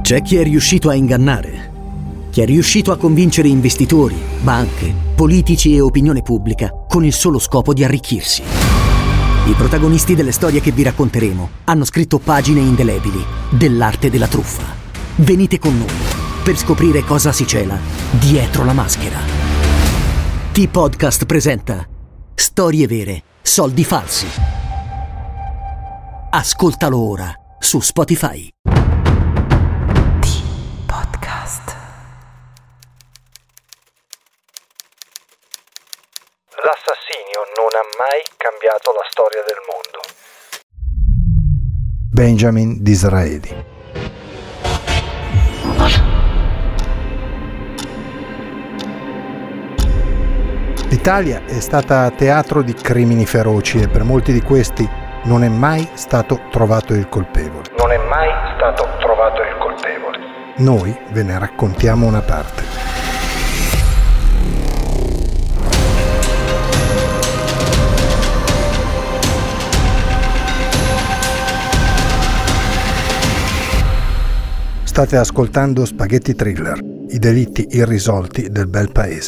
C'è chi è riuscito a ingannare, chi è riuscito a convincere investitori, banche, politici e opinione pubblica con il solo scopo di arricchirsi. I protagonisti delle storie che vi racconteremo hanno scritto pagine indelebili dell'arte della truffa. Venite con noi per scoprire cosa si cela dietro la maschera. T-Podcast presenta Storie vere, soldi falsi. Ascoltalo ora su Spotify. L'assassinio non ha mai cambiato la storia del mondo. Benjamin Disraeli. L'Italia è stata teatro di crimini feroci e per molti di questi non è mai stato trovato il colpevole. Noi ve ne raccontiamo una parte. State ascoltando Spaghetti Thriller, i delitti irrisolti del bel paese.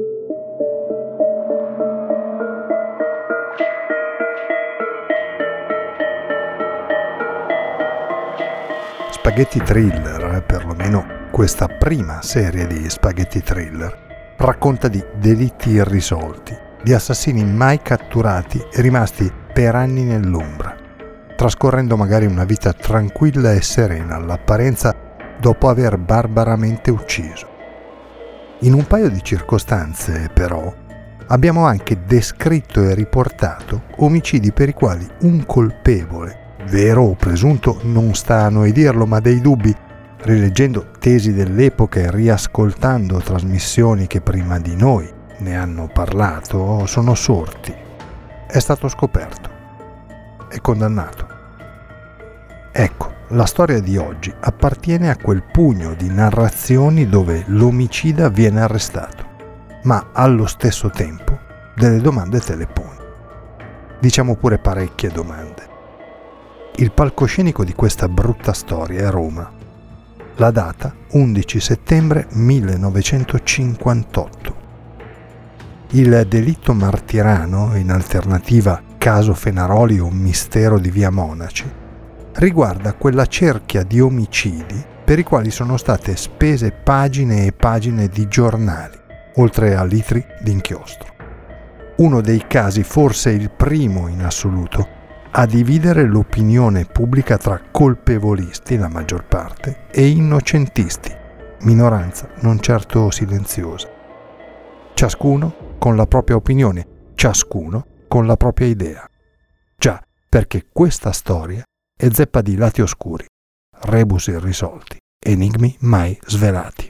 Spaghetti Thriller, perlomeno questa prima serie di Spaghetti Thriller, racconta di delitti irrisolti, di assassini mai catturati e rimasti per anni nell'ombra, trascorrendo magari una vita tranquilla e serena all'apparenza dopo aver barbaramente ucciso. In un paio di circostanze, però, abbiamo anche descritto e riportato omicidi per i quali un colpevole, vero o presunto, non sta a noi dirlo, ma dei dubbi, rileggendo tesi dell'epoca e riascoltando trasmissioni che prima di noi ne hanno parlato, sono sorti. È stato scoperto. È condannato. Ecco, la storia di oggi appartiene a quel pugno di narrazioni dove l'omicida viene arrestato, ma allo stesso tempo delle domande te le pone. Diciamo pure parecchie domande. Il palcoscenico di questa brutta storia è Roma. La data 11 settembre 1958. Il delitto martirano, in alternativa caso Fenaroli o mistero di via Monaci, riguarda quella cerchia di omicidi per i quali sono state spese pagine e pagine di giornali, oltre a litri di inchiostro. Uno dei casi, forse il primo in assoluto, a dividere l'opinione pubblica tra colpevolisti, la maggior parte, e innocentisti, minoranza non certo silenziosa. Ciascuno con la propria opinione, ciascuno con la propria idea. Già, perché questa storia è zeppa di lati oscuri, rebus irrisolti, enigmi mai svelati.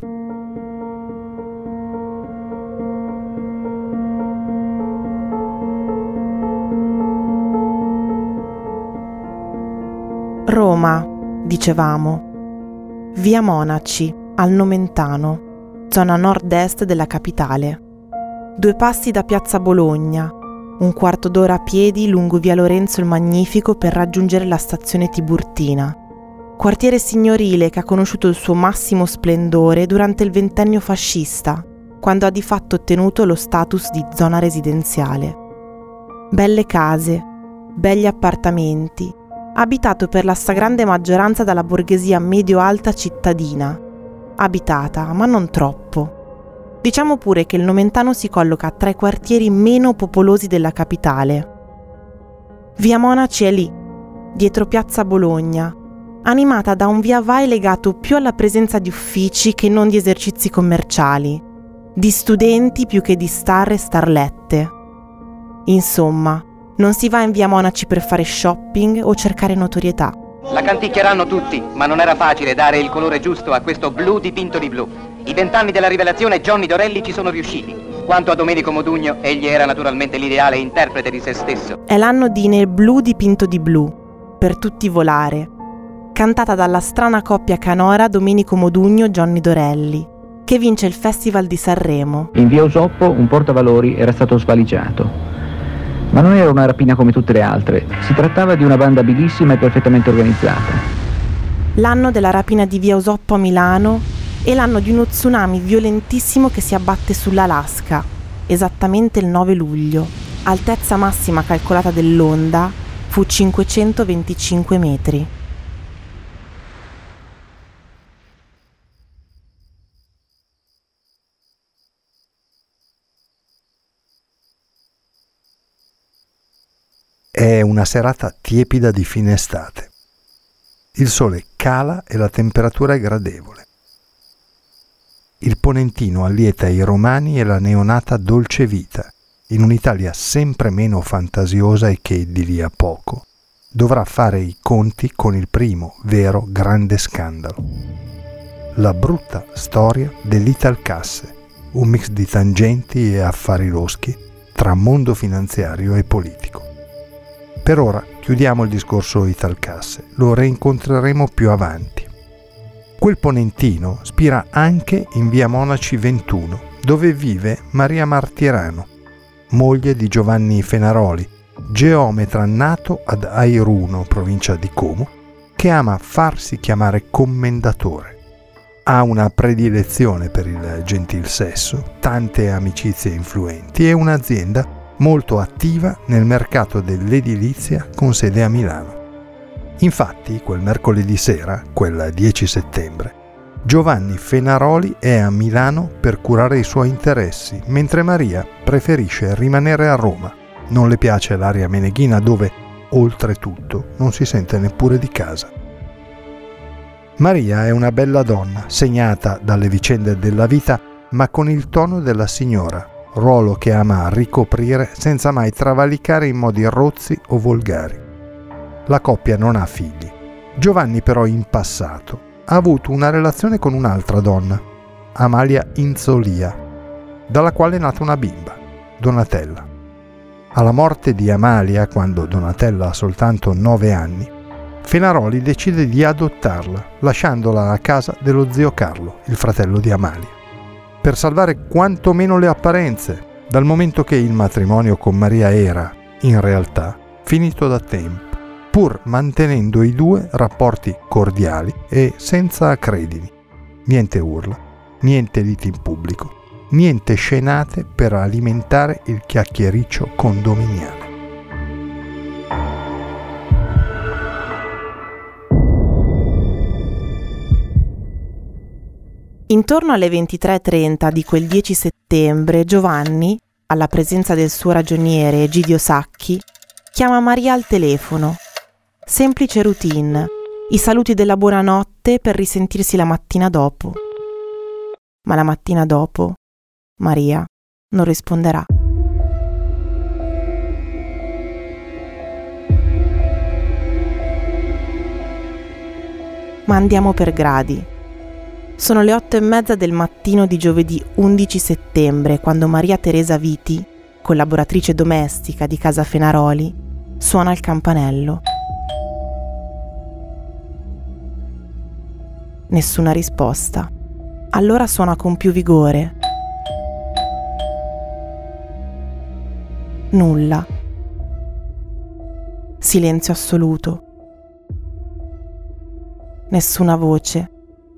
Roma, dicevamo. Via Monaci, al Nomentano, zona nord-est della capitale. 2 passi da Piazza Bologna, un quarto d'ora a piedi lungo via Lorenzo il Magnifico per raggiungere la stazione Tiburtina. Quartiere signorile che ha conosciuto il suo massimo splendore durante il ventennio fascista, quando ha di fatto ottenuto lo status di zona residenziale. Belle case, belli appartamenti, abitato per la stragrande maggioranza dalla borghesia medio-alta cittadina, abitata, ma non troppo. Diciamo pure che il Nomentano si colloca tra i quartieri meno popolosi della capitale. Via Monaci è lì, dietro Piazza Bologna, animata da un via vai legato più alla presenza di uffici che non di esercizi commerciali, di studenti più che di star e starlette. Insomma, non si va in via Monaci per fare shopping o cercare notorietà. La canticchieranno tutti, ma non era facile dare il colore giusto a questo blu dipinto di blu. I 20 anni della rivelazione Johnny Dorelli ci sono riusciti. Quanto a Domenico Modugno, egli era naturalmente l'ideale interprete di se stesso. È l'anno di Nel blu dipinto di blu, per tutti volare, cantata dalla strana coppia canora Domenico Modugno-Johnny Dorelli, che vince il Festival di Sanremo. In via Usoppo un portavalori era stato svaligiato. Ma non era una rapina come tutte le altre, si trattava di una banda abilissima e perfettamente organizzata. l'anno della rapina di via Osoppo a Milano e l'anno di uno tsunami violentissimo che si abbatte sull'Alaska, esattamente il 9 luglio. Altezza massima calcolata dell'onda fu 525 metri. È una serata tiepida di fine estate. Il sole cala e la temperatura è gradevole. Il ponentino allieta i romani e la neonata dolce vita, in un'Italia sempre meno fantasiosa e che, di lì a poco, dovrà fare i conti con il primo vero grande scandalo. La brutta storia dell'Italcasse, un mix di tangenti e affari loschi tra mondo finanziario e politico. Per ora chiudiamo il discorso Italcasse, lo reincontreremo più avanti. Quel ponentino spira anche in via Monaci 21, dove vive Maria Martirano, moglie di Giovanni Fenaroli, geometra nato ad Airuno, provincia di Como, che ama farsi chiamare commendatore. Ha una predilezione per il gentil sesso, tante amicizie influenti e un'azienda molto attiva nel mercato dell'edilizia con sede a Milano. Infatti, quel mercoledì sera, quel 10 settembre, Giovanni Fenaroli è a Milano per curare i suoi interessi, mentre Maria preferisce rimanere a Roma. Non le piace l'aria meneghina dove, oltretutto, non si sente neppure di casa. Maria è una bella donna, segnata dalle vicende della vita, ma con il tono della signora, ruolo che ama ricoprire senza mai travalicare in modi rozzi o volgari. La coppia non ha figli. Giovanni però in passato ha avuto una relazione con un'altra donna, Amalia Inzolia, dalla quale è nata una bimba, Donatella. Alla morte di Amalia, quando Donatella ha soltanto 9 anni, Fenaroli decide di adottarla, lasciandola a casa dello zio Carlo, il fratello di Amalia, per salvare quantomeno le apparenze, dal momento che il matrimonio con Maria era, in realtà, finito da tempo, pur mantenendo i due rapporti cordiali e senza accredini. Niente urla, niente liti in pubblico, niente scenate per alimentare il chiacchiericcio condominiale. Intorno alle 23:30 di quel 10 settembre, Giovanni, alla presenza del suo ragioniere Egidio Sacchi, chiama Maria al telefono. Semplice routine, i saluti della buonanotte per risentirsi la mattina dopo. Ma la mattina dopo, Maria non risponderà. Ma andiamo per gradi. Sono le 8:30 del mattino di giovedì 11 settembre quando Maria Teresa Viti, collaboratrice domestica di casa Fenaroli, suona il campanello. Nessuna risposta. Allora suona con più vigore. Nulla. Silenzio assoluto. Nessuna voce.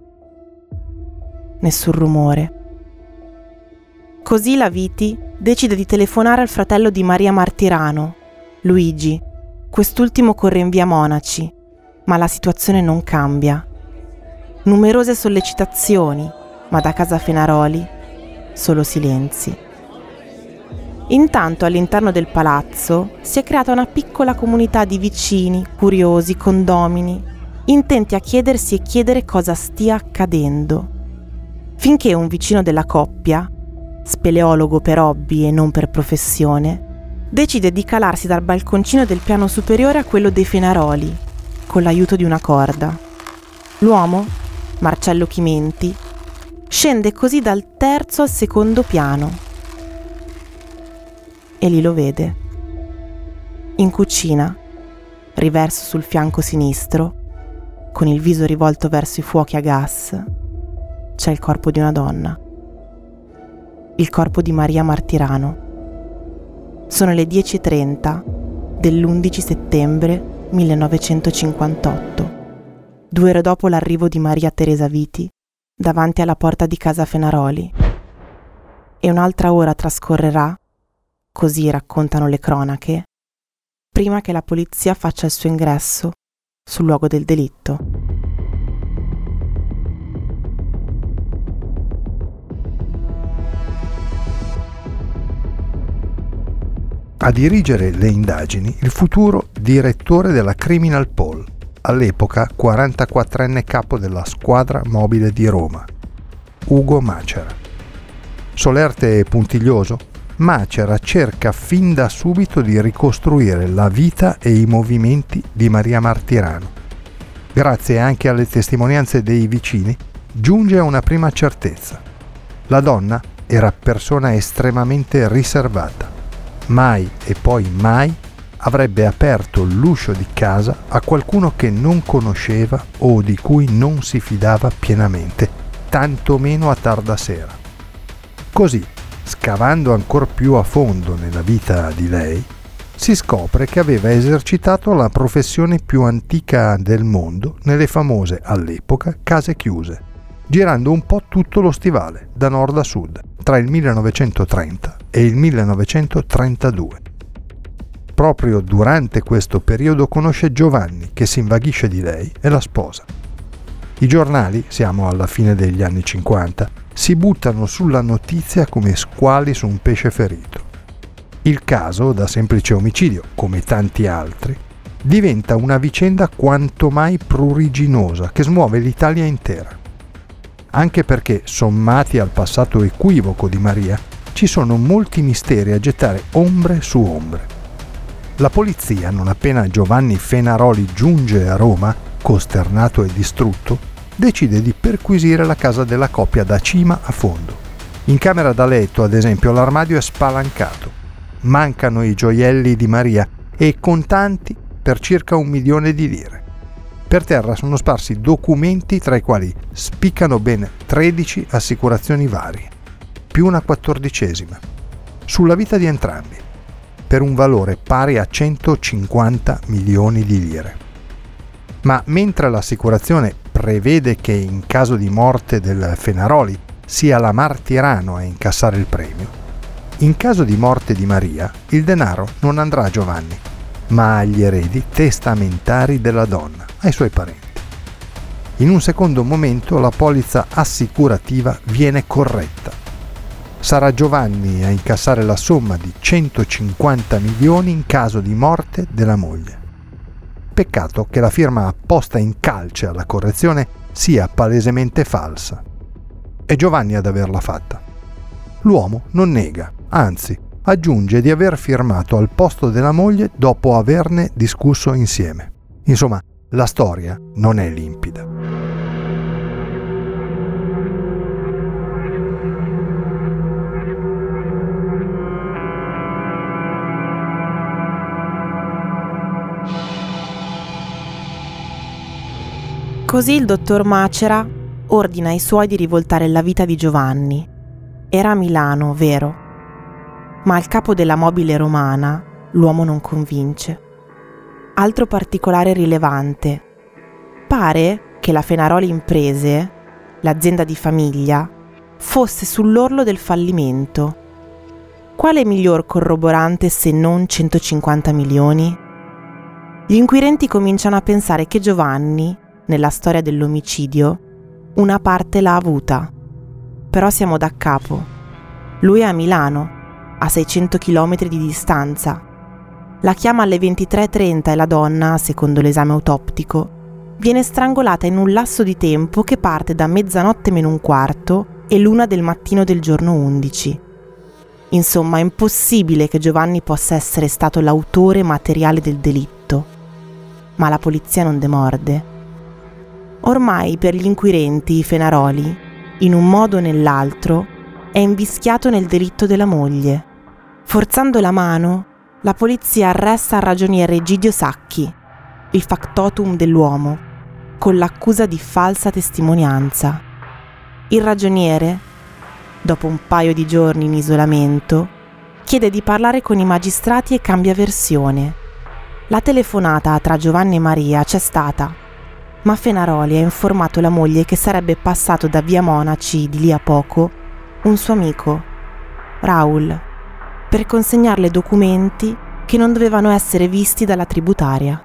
Nessun rumore. Così la Viti decide di telefonare al fratello di Maria Martirano, Luigi. Quest'ultimo corre in via Monaci, ma la situazione non cambia. Numerose sollecitazioni, ma da casa Fenaroli solo silenzi. Intanto all'interno del palazzo si è creata una piccola comunità di vicini, curiosi, condomini, intenti a chiedersi e chiedere cosa stia accadendo. Finché un vicino della coppia, speleologo per hobby e non per professione, decide di calarsi dal balconcino del piano superiore a quello dei Fenaroli, con l'aiuto di una corda. L'uomo, Marcello Chimenti, scende così dal terzo al secondo piano. E lì lo vede. In cucina, riverso sul fianco sinistro, con il viso rivolto verso i fuochi a gas, c'è il corpo di una donna. Il corpo di Maria Martirano. Sono le 10:30 dell'11 settembre 1958. 2 ore dopo l'arrivo di Maria Teresa Viti davanti alla porta di casa Fenaroli. E un'altra ora trascorrerà, così raccontano le cronache, prima che la polizia faccia il suo ingresso sul luogo del delitto. A dirigere le indagini il futuro direttore della Criminal Pol, all'epoca 44enne capo della squadra mobile di Roma, Ugo Macera. Solerte e puntiglioso, Macera cerca fin da subito di ricostruire la vita e i movimenti di Maria Martirano. Grazie anche alle testimonianze dei vicini, giunge a una prima certezza. La donna era persona estremamente riservata. Mai e poi mai avrebbe aperto l'uscio di casa a qualcuno che non conosceva o di cui non si fidava pienamente, tantomeno a tarda sera. Così, scavando ancor più a fondo nella vita di lei, si scopre che aveva esercitato la professione più antica del mondo nelle famose, all'epoca, case chiuse, girando un po' tutto lo stivale, da nord a sud, tra il 1930 e il 1932. Proprio durante questo periodo conosce Giovanni, che si invaghisce di lei e la sposa. I giornali, siamo alla fine degli anni 50, si buttano sulla notizia come squali su un pesce ferito. Il caso, da semplice omicidio, come tanti altri, diventa una vicenda quanto mai pruriginosa che smuove l'Italia intera. Anche perché, sommati al passato equivoco di Maria, ci sono molti misteri a gettare ombre su ombre. La polizia, non appena Giovanni Fenaroli giunge a Roma, costernato e distrutto, decide di perquisire la casa della coppia da cima a fondo. In camera da letto, ad esempio, l'armadio è spalancato. Mancano i gioielli di Maria e contanti per circa 1 milione di lire. Per terra sono sparsi documenti tra i quali spiccano ben 13 assicurazioni varie, più una 14ª, sulla vita di entrambi, per un valore pari a 150 milioni di lire. Ma mentre l'assicurazione prevede che in caso di morte del Fenaroli sia la Martirano a incassare il premio, in caso di morte di Maria il denaro non andrà a Giovanni, ma agli eredi testamentari della donna, ai suoi parenti. In un secondo momento la polizza assicurativa viene corretta. Sarà Giovanni a incassare la somma di 150 milioni in caso di morte della moglie. Peccato che la firma apposta in calce alla correzione sia palesemente falsa. È Giovanni ad averla fatta. L'uomo non nega, anzi, aggiunge di aver firmato al posto della moglie dopo averne discusso insieme. Insomma, la storia non è limpida. Così il dottor Macera ordina ai suoi di rivoltare la vita di Giovanni. Era a Milano, vero, ma al capo della mobile romana l'uomo non convince. Altro particolare rilevante: pare che la Fenaroli Imprese, l'azienda di famiglia, fosse sull'orlo del fallimento. Quale miglior corroborante se non 150 milioni? Gli inquirenti cominciano a pensare che Giovanni, nella storia dell'omicidio, una parte l'ha avuta. Però siamo da capo. Lui è a Milano, a 600 km di distanza. La chiama alle 23:30 e la donna, secondo l'esame autoptico, viene strangolata in un lasso di tempo che parte da 00:45 e l'1 del mattino del giorno 11. Insomma, è impossibile che Giovanni possa essere stato l'autore materiale del delitto. Ma la polizia non demorde. Ormai per gli inquirenti Fenaroli, in un modo o nell'altro, è invischiato nel delitto della moglie. Forzando la mano, la polizia arresta il ragioniere Egidio Sacchi, il factotum dell'uomo, con l'accusa di falsa testimonianza. Il ragioniere, dopo un paio di giorni in isolamento, chiede di parlare con i magistrati e cambia versione. La telefonata tra Giovanni e Maria c'è stata, ma Fenaroli ha informato la moglie che sarebbe passato da via Monaci di lì a poco un suo amico, Raul, per consegnarle documenti che non dovevano essere visti dalla tributaria.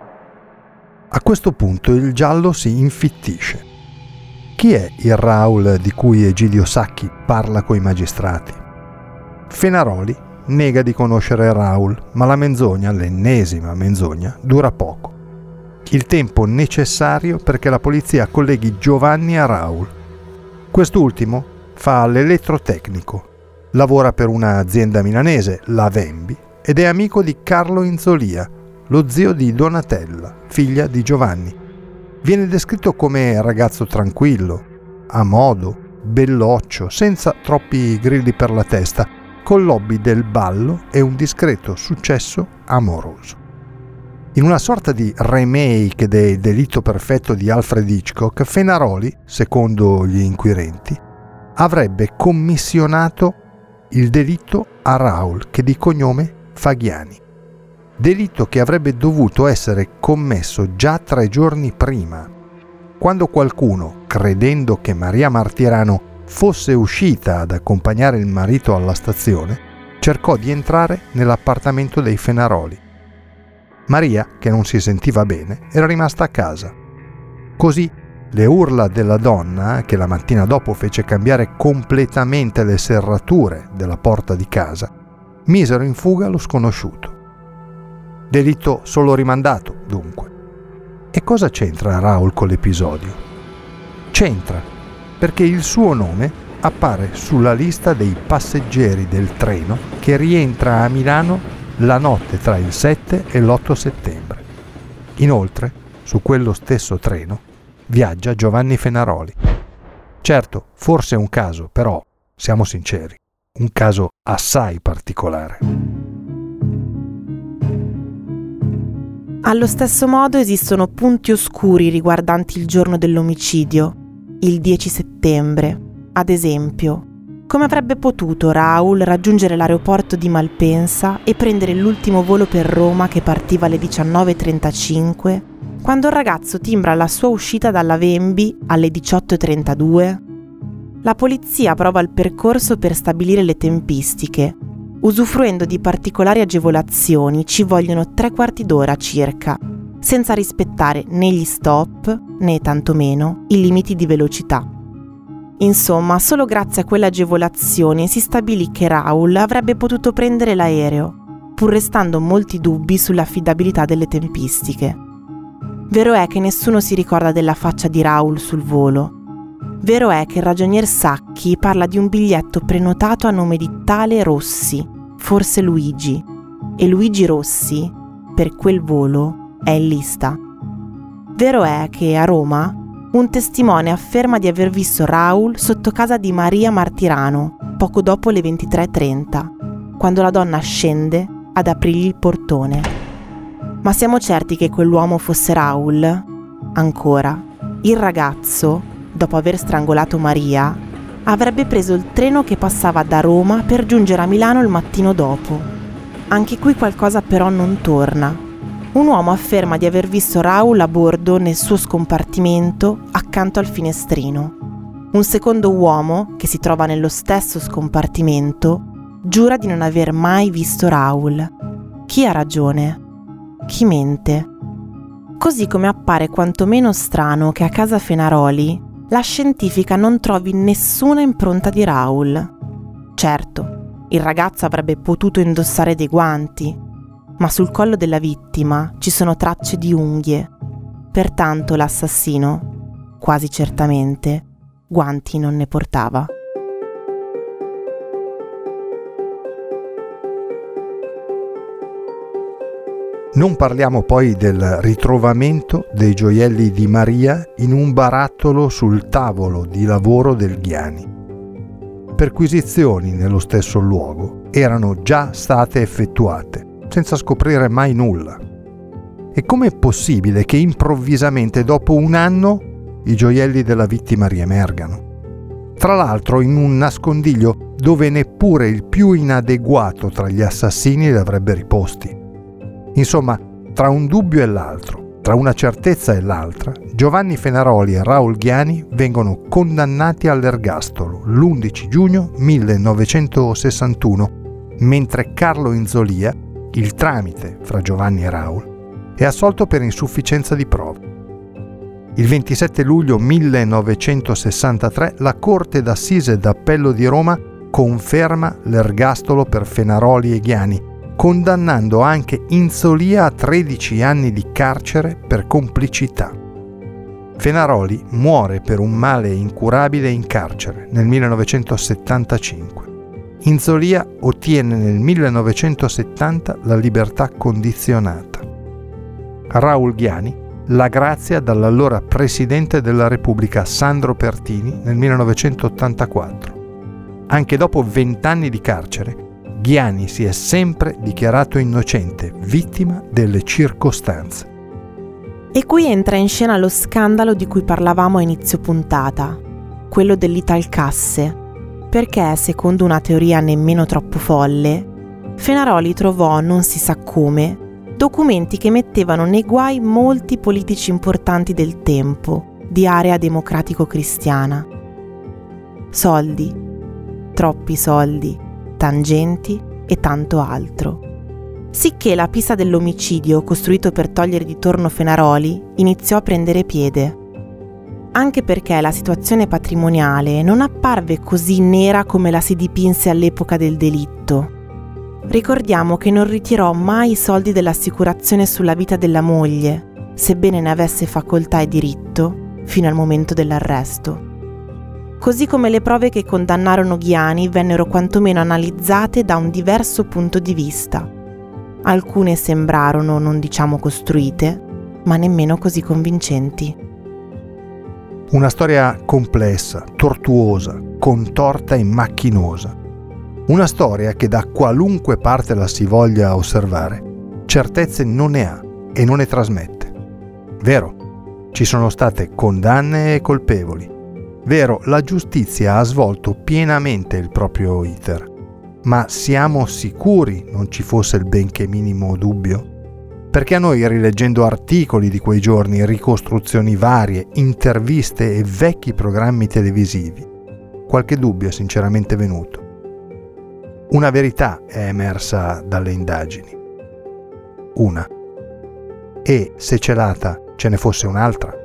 A questo punto il giallo si infittisce. Chi è il Raul di cui Egidio Sacchi parla coi magistrati? Fenaroli nega di conoscere Raul, ma la menzogna, l'ennesima menzogna, dura poco. Il tempo necessario perché la polizia colleghi Giovanni a Raul. Quest'ultimo fa l'elettrotecnico, lavora per un'azienda milanese, la Vembi, ed è amico di Carlo Inzolia, lo zio di Donatella, figlia di Giovanni. Viene descritto come ragazzo tranquillo, a modo, belloccio, senza troppi grilli per la testa, con l'hobby del ballo e un discreto successo amoroso. In una sorta di remake del Delitto perfetto di Alfred Hitchcock, Fenaroli, secondo gli inquirenti, avrebbe commissionato il delitto a Raul, che di cognome Faghiani. Delitto che avrebbe dovuto essere commesso già 3 giorni prima, quando qualcuno, credendo che Maria Martirano fosse uscita ad accompagnare il marito alla stazione, cercò di entrare nell'appartamento dei Fenaroli. Maria, che non si sentiva bene, era rimasta a casa. Così le urla della donna, che la mattina dopo fece cambiare completamente le serrature della porta di casa, misero in fuga lo sconosciuto. Delitto solo rimandato, dunque. E cosa c'entra Raul con l'episodio? C'entra perché il suo nome appare sulla lista dei passeggeri del treno che rientra a Milano la notte tra il 7 e l'8 settembre. Inoltre, su quello stesso treno viaggia Giovanni Fenaroli. Certo, forse è un caso, però, siamo sinceri, un caso assai particolare. Allo stesso modo esistono punti oscuri riguardanti il giorno dell'omicidio, il 10 settembre. Ad esempio, come avrebbe potuto Raul raggiungere l'aeroporto di Malpensa e prendere l'ultimo volo per Roma che partiva alle 19:35, quando il ragazzo timbra la sua uscita dalla Vembi alle 18:32? La polizia prova il percorso per stabilire le tempistiche. Usufruendo di particolari agevolazioni ci vogliono 3/4 d'ora circa, senza rispettare né gli stop né tantomeno i limiti di velocità. Insomma, solo grazie a quelle agevolazioni si stabilì che Raul avrebbe potuto prendere l'aereo, pur restando molti dubbi sull'affidabilità delle tempistiche. Vero è che nessuno si ricorda della faccia di Raul sul volo. Vero è che il ragionier Sacchi parla di un biglietto prenotato a nome di tale Rossi, forse Luigi, e Luigi Rossi, per quel volo, è in lista. Vero è che a Roma un testimone afferma di aver visto Raul sotto casa di Maria Martirano, poco dopo le 23:30, quando la donna scende ad aprirgli il portone. Ma siamo certi che quell'uomo fosse Raul? Ancora, il ragazzo, dopo aver strangolato Maria, avrebbe preso il treno che passava da Roma per giungere a Milano il mattino dopo. Anche qui qualcosa però non torna. Un uomo afferma di aver visto Raul a bordo nel suo scompartimento accanto al finestrino. Un secondo uomo, che si trova nello stesso scompartimento, giura di non aver mai visto Raul. Chi ha ragione? Chi mente? Così come appare quantomeno strano che a casa Fenaroli la scientifica non trovi nessuna impronta di Raul. Certo, il ragazzo avrebbe potuto indossare dei guanti, ma sul collo della vittima ci sono tracce di unghie. Pertanto l'assassino, quasi certamente, guanti non ne portava. Non parliamo poi del ritrovamento dei gioielli di Maria in un barattolo sul tavolo di lavoro del Ghiani. Perquisizioni nello stesso luogo erano già state effettuate, senza scoprire mai nulla. E com'è possibile che improvvisamente dopo un anno i gioielli della vittima riemergano? Tra l'altro in un nascondiglio dove neppure il più inadeguato tra gli assassini li avrebbe riposti. Insomma, tra un dubbio e l'altro, Tra una certezza e l'altra, Giovanni Fenaroli e Raul Ghiani vengono condannati all'ergastolo l'11 giugno 1961, mentre Carlo Inzolia, il tramite fra Giovanni e Raul, è assolto per insufficienza di prove. Il 27 luglio 1963 la Corte d'Assise d'Appello di Roma conferma l'ergastolo per Fenaroli e Ghiani, condannando anche Inzolia a 13 anni di carcere per complicità. Fenaroli muore per un male incurabile in carcere nel 1975. Inzolia ottiene nel 1970 la libertà condizionata. Raul Ghiani la grazia dall'allora Presidente della Repubblica Sandro Pertini nel 1984. Anche dopo 20 anni di carcere, Ghiani si è sempre dichiarato innocente, vittima delle circostanze. E qui entra in scena lo scandalo di cui parlavamo a inizio puntata, quello dell'Italcasse, perché, secondo una teoria nemmeno troppo folle, Fenaroli trovò, non si sa come, documenti che mettevano nei guai molti politici importanti del tempo, di area democratico-cristiana. Soldi, troppi soldi, tangenti e tanto altro. Sicché la pista dell'omicidio, costruito per togliere di torno Fenaroli, iniziò a prendere piede. Anche perché la situazione patrimoniale non apparve così nera come la si dipinse all'epoca del delitto. Ricordiamo che non ritirò mai i soldi dell'assicurazione sulla vita della moglie, sebbene ne avesse facoltà e diritto, fino al momento dell'arresto. Così come le prove che condannarono Ghiani vennero quantomeno analizzate da un diverso punto di vista. Alcune sembrarono, non diciamo costruite, ma nemmeno così convincenti. Una storia complessa, tortuosa, contorta e macchinosa. Una storia che da qualunque parte la si voglia osservare, certezze non ne ha e non ne trasmette. Vero, ci sono state condanne e colpevoli. Vero, la giustizia ha svolto pienamente il proprio iter. Ma siamo sicuri non ci fosse il benché minimo dubbio? Perché a noi, rileggendo articoli di quei giorni, ricostruzioni varie, interviste e vecchi programmi televisivi, qualche dubbio è sinceramente venuto. Una verità è emersa dalle indagini. Una. E se celata ce ne fosse un'altra?